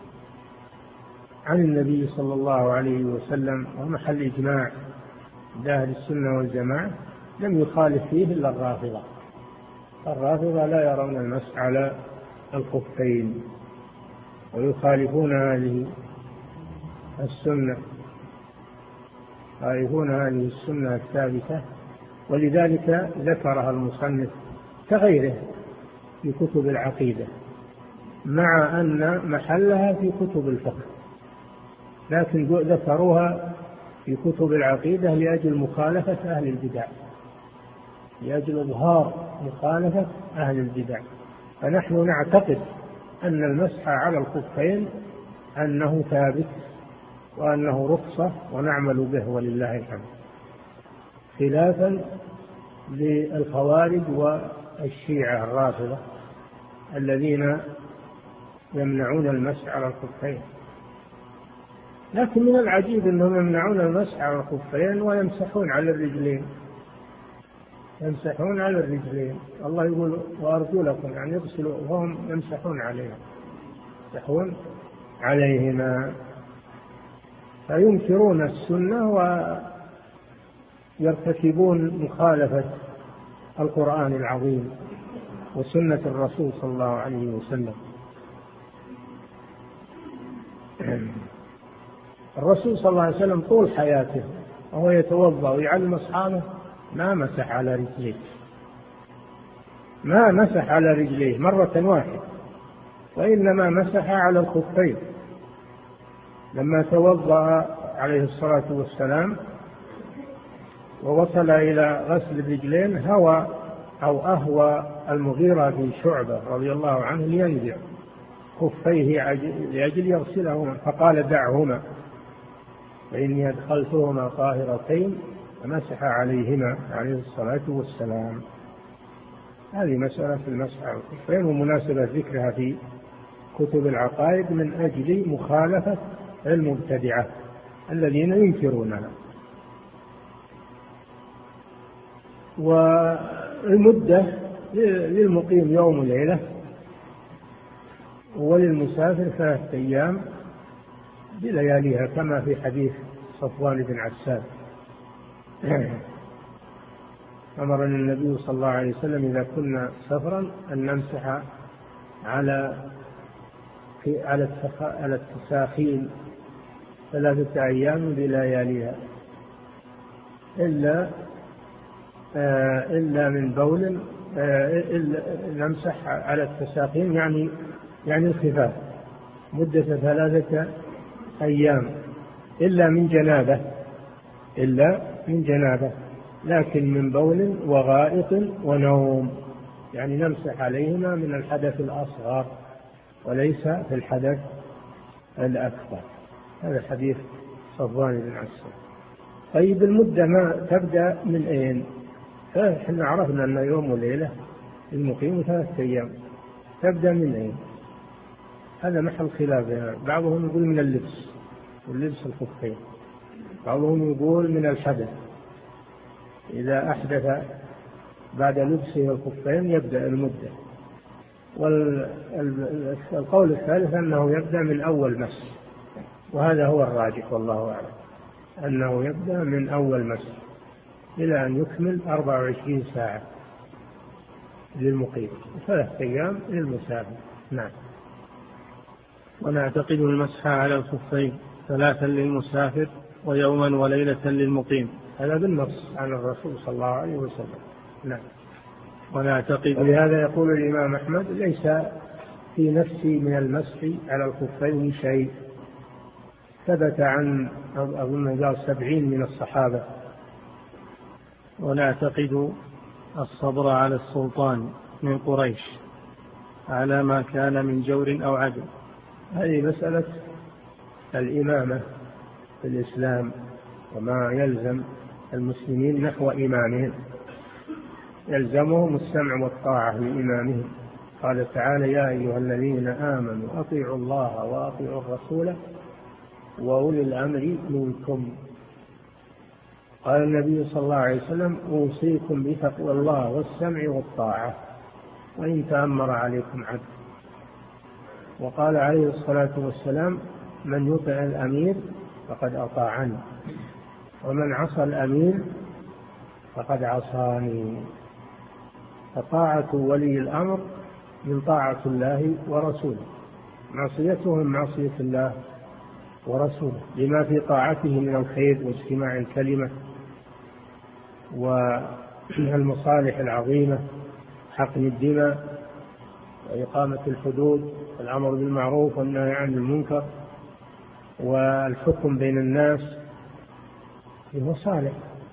عن النبي صلى الله عليه وسلم، ومحل إجماع عند أهل السنة والجماعة. لم يخالف فيه إلا الرافضة، الرافضة لا يرون المسح على الخفين ويخالفون هذه السنة، يخالفون هذه السنة الثابتة، ولذلك ذكرها المصنف كغيره في كتب العقيدة، مع أن محلها في كتب الفقه، لكن ذكروها في كتب العقيدة لأجل مخالفة أهل البدع، لأجل إظهار مخالفة أهل البدع. فنحن نعتقد أن المسح على الخفين أنه ثابت وأنه رخصة ونعمل به ولله الحمد، خلافا للخوارج والشيعة الرافضة الذين يمنعون المسح على الخفين. لكن من العجيب أنهم يمنعون المسح على الخفين ويمسحون على الرجلين، يمسحون على الرجلين. الله يقول: وأرجلكم، يعني يغسلوا وهم يمسحون عليها، يمسحون عليهما، فينكرون السنة ويرتكبون مخالفة القرآن العظيم وسنة الرسول صلى الله عليه وسلم. الرسول صلى الله عليه وسلم طول حياته وهو يتوضأ ويعلم أصحابه ما مسح على رجليه، ما مسح على رجليه مرة واحدة، وإنما مسح على الخفين. لما توضأ عليه الصلاة والسلام ووصل إلى غسل الرجلين هوى أو أهوى المغيرة بن شعبة رضي الله عنه لينزع خفيه لأجل يغسلهما فقال دعهما فإني أدخلتهما طاهرتين فمسح عليهما عليه الصلاة والسلام. هذه مسألة في المسح على الخفين ومناسبة ذكرها في كتب العقائد من أجل مخالفة المبتدعة الذين ينكرونها. والمدة للمقيم يوم وليلة وللمسافر ثلاثة أيام بلياليها كما في حديث صفوان بن عساد أمرنا النبي صلى الله عليه وسلم إذا كنا سفرا أن نمسح على على التساخين ثلاثة أيام بلياليها إلا إلا من بول إلا نمسح على التساخين يعني يعني الخفاف مدة ثلاثة أيام إلا من جنابة إلا من جنابة لكن من بول وغائط ونوم يعني نمسح عليهما من الحدث الأصغر وليس في الحدث الأكبر. هذا حديث صفوان بن عساد. طيب المدة ما تبدأ من أين؟ فإحنا عرفنا أن يوم وليلة المقيم ثلاثة أيام تبدأ من أين؟ هذا محل خلاف يعني. بعضهم يقول من اللبس واللبس الخفين بعضهم يقول من الحدث إذا أحدث بعد لبسه الخفين يبدأ المدة. والقول الثالث أنه يبدأ من أول مس وهذا هو الراجح والله أعلم أنه يبدأ من أول مس إلى أن يكمل أربع وعشرين ساعة للمقيم ثلاثة أيام للمسافر. نعم. ونعتقد المسح على الخفين ثلاثا للمسافر ويوما وليلة للمقيم. هذا بالنص عن الرسول صلى الله عليه وسلم. نعم. ونعتقد ولهذا يقول الإمام أحمد ليس في نفسي من المسح على الخفين شيء. ثبت عن أظن قال سبعين من الصحابة. ونعتقد الصبر على السلطان من قريش على ما كان من جور أو عدل. هذه مسألة الإمامة في الإسلام وما يلزم المسلمين نحو إمامهم يلزمهم السمع والطاعة لإمامهم. قال تعالى يا أيها الذين آمنوا أطيعوا الله وأطيعوا الرسول وأولي الأمر منكم. قال النبي صلى الله عليه وسلم أوصيكم بتقوى الله والسمع والطاعة وإن تأمر عليكم عبد. وقال عليه الصلاة والسلام من يطع الأمير فقد أطاعني ومن عصى الأمير فقد عصاني. فطاعة ولي الأمر من طاعة الله ورسوله معصيته من معصية الله ورسوله لما في طاعته من الخير واجتماع الكلمة والمصالح العظيمة حقن الدماء وإقامة الحدود والأمر بالمعروف والنهي عن المنكر والحكم بين الناس في مصالح.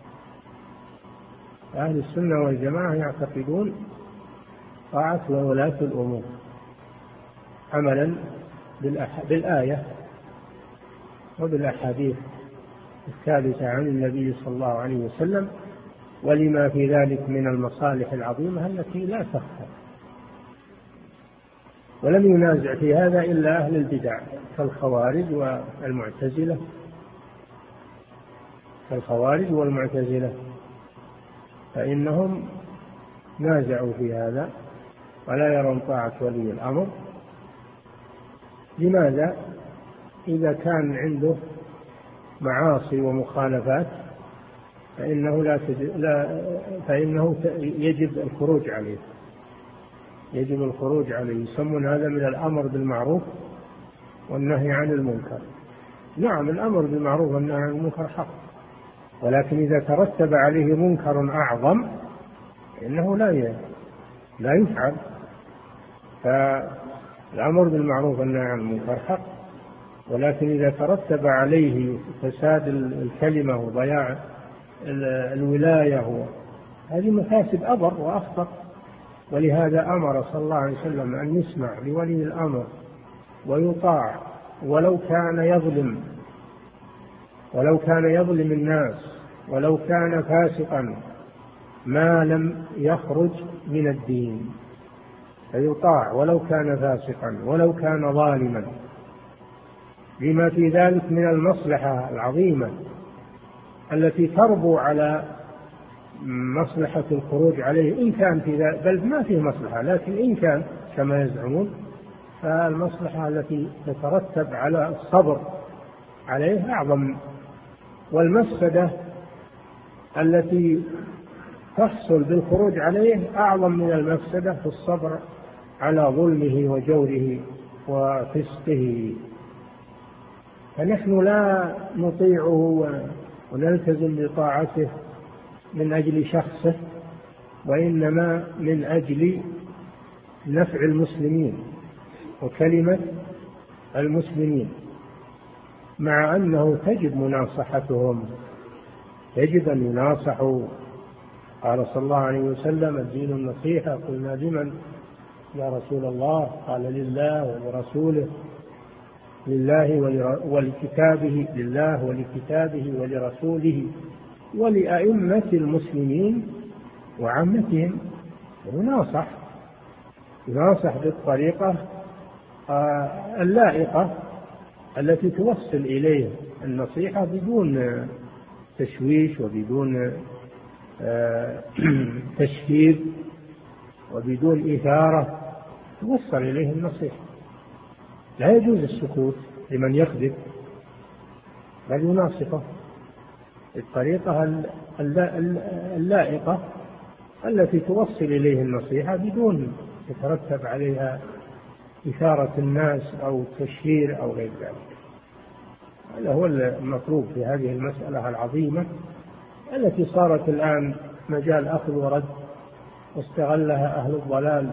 أهل السنة والجماعة يعتقدون طاعة ولاة الأمور عملا بالآية وبالأحاديث الثابتة عن النبي صلى الله عليه وسلم ولما في ذلك من المصالح العظيمة التي لا تخفى. ولم ينازع في هذا إلا أهل البدع كالخوارج والمعتزلة كالخوارج والمعتزلة فإنهم نازعوا في هذا ولا يرون طاعة ولي الأمر. لماذا؟ إذا كان عنده معاصي ومخالفات فإنه لا, لا فإنه يجب الخروج عليه يجب الخروج عليه. يسمون هذا من الأمر بالمعروف والنهي عن المنكر. نعم الأمر بالمعروف والنهي عن المنكر حق ولكن إذا ترتب عليه منكر أعظم إنه لا لا يفعل. فالأمر بالمعروف والنهي عن المنكر حق ولكن إذا ترتب عليه فساد الكلمة وضياع الولاية هذه مفاسد أضر وأخطر. ولهذا أمر صلى الله عليه وسلم أن يسمع لولي الأمر ويطاع ولو كان يظلم ولو كان يظلم الناس ولو كان فاسقا ما لم يخرج من الدين، فيطاع ولو كان فاسقا ولو كان ظالما، لما في ذلك من المصلحة العظيمة التي تربو على مصلحة الخروج عليه إن كان في ذلك، بل ما فيه مصلحة، لكن إن كان كما يزعمون فالمصلحة التي تترتب على الصبر عليه أعظم، والمفسدة التي تحصل بالخروج عليه أعظم من المفسدة في الصبر على ظلمه وجوره وفسقه. فنحن لا نطيعه ونلتزم بطاعته من أجل شخصه، وإنما من أجل نفع المسلمين وكلمة المسلمين، مع أنه تجب مناصحتهم، يجب أن يناصحوا. قال صلى الله عليه وسلم: الدين النصيحة. قلنا: لمن يا رسول الله؟ قال: لله ولرسوله، لله ولكتابه، لله ولكتابه ولرسوله ولأئمة المسلمين وعامتهم. يناصح يناصح بالطريقة اللائقة التي توصل إليه النصيحة بدون تشويش وبدون تشهير وبدون إثارة، توصل إليه النصيحة. لا يجوز السكوت لمن يكذب، بل يناصحه بالطريقة اللائقة التي توصل إليه النصيحة بدون يترتب عليها إثارة الناس أو تشهير أو غير ذلك. هذا هو المطلوب في هذه المسألة العظيمة التي صارت الآن مجال أخذ ورد، واستغلها أهل الضلال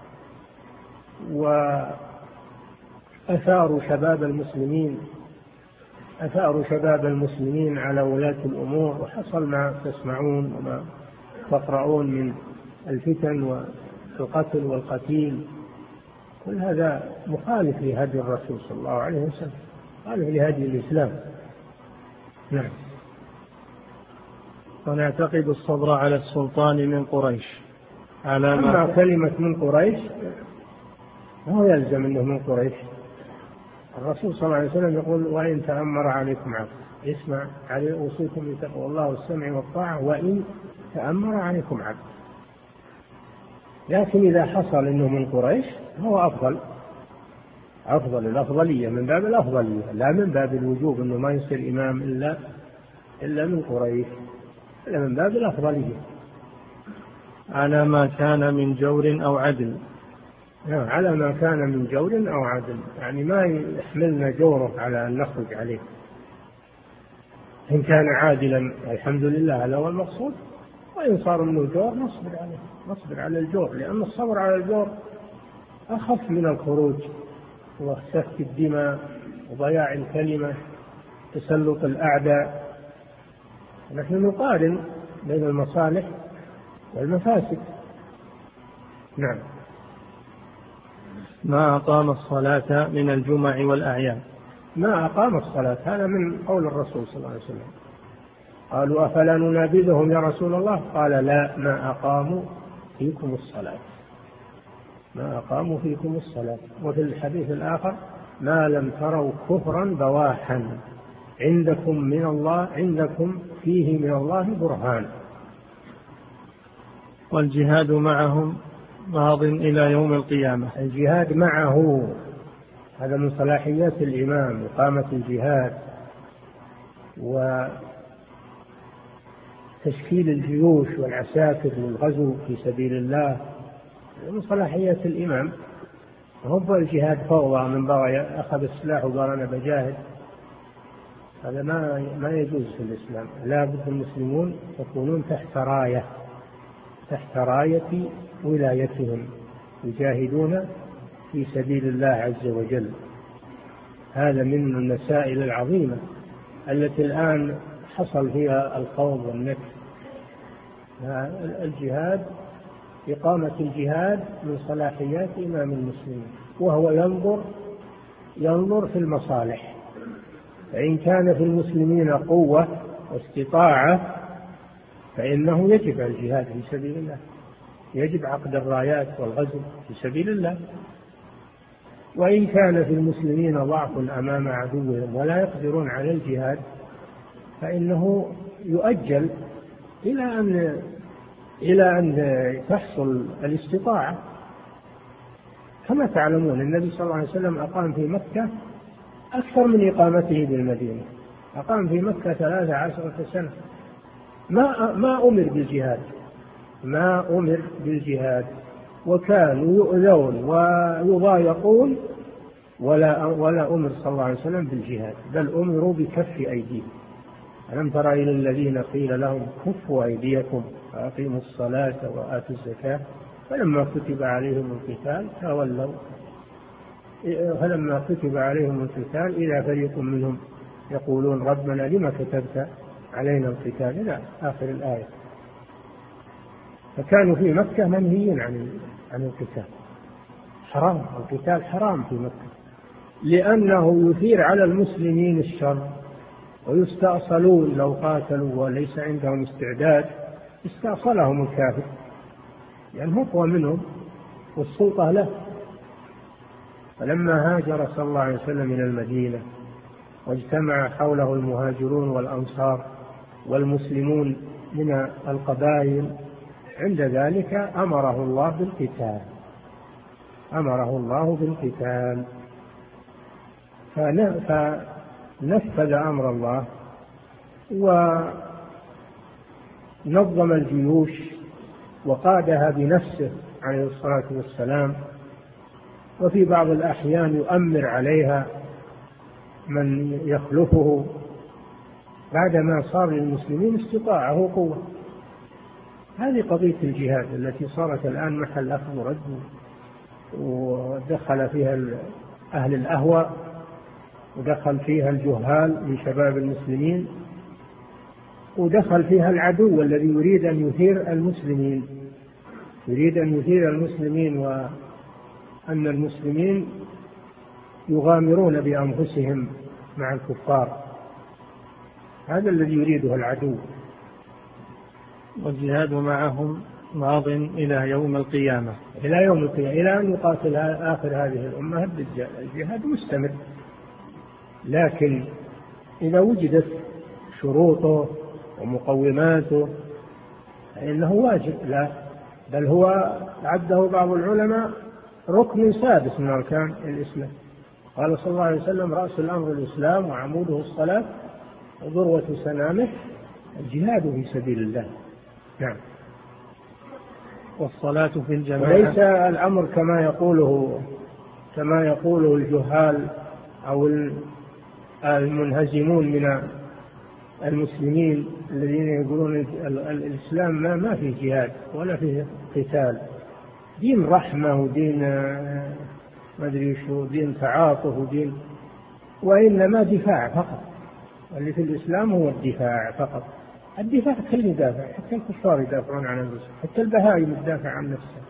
وأثاروا شباب المسلمين أثاروا شباب المسلمين على ولاة الأمور، وحصل ما تسمعون وما تقرؤون من الفتن والقتل والقتيل. كل هذا مخالف لهدي الرسول صلى الله عليه وسلم، مخالف لهدي الإسلام. نعم. ونعتقد الصبر على السلطان من قريش. على أما كلمة من قريش هو يلزم أنه من قريش. الرسول صلى الله عليه وسلم يقول: وإن تأمر عليكم عبد، اسمع عليه، أوصيكم بتقوى الله والسمع والطاعة وإن تأمر عليكم عبد. لكن إذا حصل أنه من قريش هو أفضل أفضل الأفضلية، من باب الأفضلية، لا من باب الوجوب أنه ما يصير إمام إلا إلا من قريش، إلا من باب الأفضلية. على ما كان من جور أو عدل. على ما كان من جور أو عدل، يعني ما يحملنا جوره على أن نخرج عليه. إن كان عادلا الحمد لله هذا هو المقصود، وإن صار منه جور نصبر عليه، نصبر على الجور، لأن الصبر على الجور أخف من الخروج وسفك الدماء وضياع الكلمة، تسلط الأعداء. نحن نقارن بين المصالح والمفاسد. نعم. ما أقام الصلاة من الجمع والأعياد. ما أقام الصلاة، هذا من قول الرسول صلى الله عليه وسلم. قالوا: أفلا ننابذهم يا رسول الله؟ قال: لا، ما أقاموا فيكم الصلاة، ما أقاموا فيكم الصلاة. وفي الحديث الآخر: ما لم تروا كفرا بواحا عندكم من الله عندكم فيه من الله برهان. والجهاد معهم ماض إلى يوم القيامة. الجهاد معه هذا من صلاحيات الإمام، إقامة الجهاد وتشكيل الجيوش والعساكر للغزو في سبيل الله، من صلاحيات الإمام. هو الجهاد فوضى من بغى أخذ السلاح وقال أنا بجاهد، هذا ما ما يجوز في الإسلام. لا بد المسلمون يكونون تحت راية تحت راية ولايتهم، يجاهدون في سبيل الله عز وجل. هذا من المسائل العظيمة التي الآن حصل فيها الخوض والنكر. الجهاد إقامة الجهاد من صلاحيات إمام المسلمين، وهو ينظر ينظر في المصالح، فإن كان في المسلمين قوة واستطاعة فإنه يجب الجهاد في سبيل الله، يجب عقد الرايات والغزو في سبيل الله. وإن كان في المسلمين ضعف أمام عدوهم ولا يقدرون على الجهاد فإنه يؤجل إلى أن إلى أن تحصل الاستطاعة. كما تعلمون النبي صلى الله عليه وسلم أقام في مكة أكثر من إقامته بالمدينة، أقام في مكة ثلاث عشرة سنة، ما ما أمر بالجهاد ما أمر بالجهاد وكانوا يؤذون ويضايقون ولا ولا أمر صلى الله عليه وسلم بالجهاد، بل أمروا بكف أيديهم. ألم تر إلى الذين قيل لهم كفوا أيديكم وأقيموا الصلاة وآتوا الزكاة فلما كتب عليهم القتال تولوا فلما كتب عليهم القتال إذا فريق منهم يقولون ربنا لما كتبت علينا القتال إلى آخر الآية. فكانوا في مكة منهيين عن عن القتال، حرام، القتال حرام في مكة لأنه يثير على المسلمين الشر ويستأصلون، لو قاتلوا وليس عندهم استعداد استأصلهم الكافر لأنه يعني أقوى منهم والسلطة له. فلما هاجر صلى الله عليه وسلم إلى المدينة واجتمع حوله المهاجرون والأنصار والمسلمون من القبائل، عند ذلك أمره الله بالقتال أمره الله بالقتال فنفذ أمر الله ونظم الجيوش وقادها بنفسه عليه الصلاة والسلام، وفي بعض الأحيان يؤمر عليها من يخلفه بعدما صار للمسلمين استطاعة وقوة. هذه قضية الجهاد التي صارت الآن محل أخذ ورد، ودخل فيها أهل الأهواء ودخل فيها الجهال من شباب المسلمين، ودخل فيها العدو الذي يريد أن يثير المسلمين يريد أن يثير المسلمين وأن المسلمين يغامرون بأنفسهم مع الكفار. هذا الذي يريده العدو، والجهاد معهم ماض إلى يوم القيامة إلى يوم القيامة إلى أن يقاتل آخر هذه الأمة الدجال. الجهاد مستمر، لكن إذا وجدت شروطه ومقوماته فإنه واجب، لا بل هو عده بعض العلماء ركن سادس من أركان الإسلام. قال صلى الله عليه وسلم رأس الأمر الإسلام وعموده الصلاة وذروة سنامه الجهاد في سبيل الله. نعم. والصلاة في الجماعة وليس الأمر كما يقوله كما يقوله الجهال أو المنهزمون من المسلمين الذين يقولون الإسلام ما ما فيه جهاد ولا فيه قتال، دين رحمة ودين ما أدري شو، دين تعاطف ودين، وإنما دفاع فقط. اللي في الإسلام هو الدفاع فقط. الدفاع كل يدافع، حتى الكفار يدافعون عن أنفسهم، حتى البهائم تدافع عن نفسها.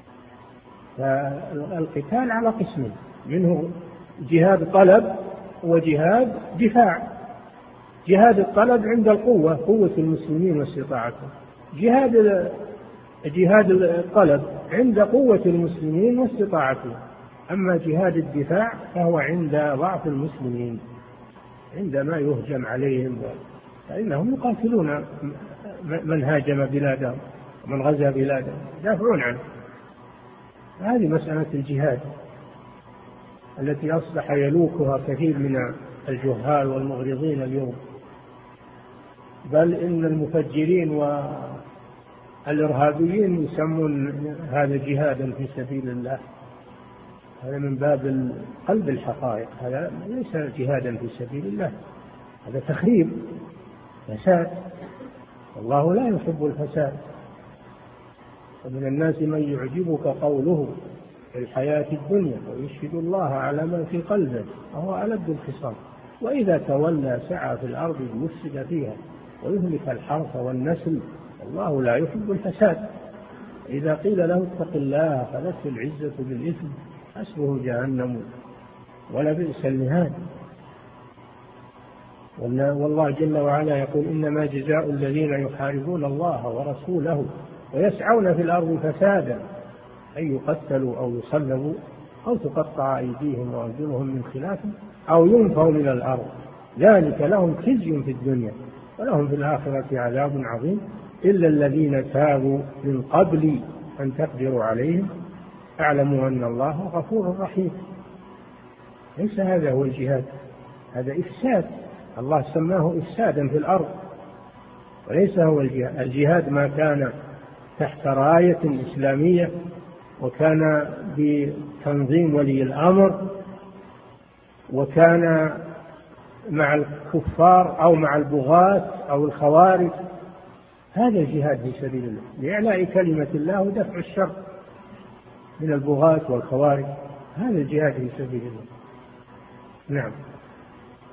فالقتال على قسمين، منه جهاد طلب وجهاد دفاع. جهاد الطلب عند القوة، قوة المسلمين واستطاعتهم. جهاد جهاد الطلب عند قوة المسلمين واستطاعتهم. أما جهاد الدفاع فهو عند ضعف المسلمين، عندما يهجم عليهم فإنهم يقاتلون من هاجم بلادهم ومن غزا بلادهم يدافعون عنه. هذه مسألة الجهاد التي أصبح يلوكها كثير من الجهال والمغرضين اليوم، بل إن المفجرين والإرهابيين يسمون هذا جهادا في سبيل الله. هذا من باب قلب الحقائق، هذا ليس جهادا في سبيل الله، هذا تخريب فساد، والله لا يحب الفساد. ومن الناس من يعجبك قوله في الحياة الدنيا ويشهد الله على ما في قلبه وهو ألد الخصام، وإذا تولى سعى في الأرض ليفسد فيها ويهلك الحرث والنسل الله لا يحب الفساد. إذا قيل له اتق الله فلست العزة بالإثم حسبه جهنم ولبئس المهاد. والله جل وعلا يقول إنما جزاء الذين يحاربون الله ورسوله ويسعون في الأرض فسادا أن يقتلوا أو يصلبوا أو تقطع أيديهم وأرجلهم من خلاف أو ينفوا من الأرض ذلك لهم خزي في الدنيا ولهم في الآخرة عذاب عظيم إلا الذين تابوا من قبل أن تقدروا عليهم اعلموا أن الله غفور رحيم. ليس هذا هو الجهاد، هذا إفساد، الله سماه إفسادا في الأرض وليس هو الجهاد. الجهاد ما كان تحت راية إسلامية وكان بتنظيم ولي الأمر وكان مع الكفار أو مع البغاة أو الخوارج، هذا الجهاد في سبيل الله لإعلاء كلمة الله ودفع الشر من البغاة والخوارج، هذا الجهاد في سبيل الله. نعم.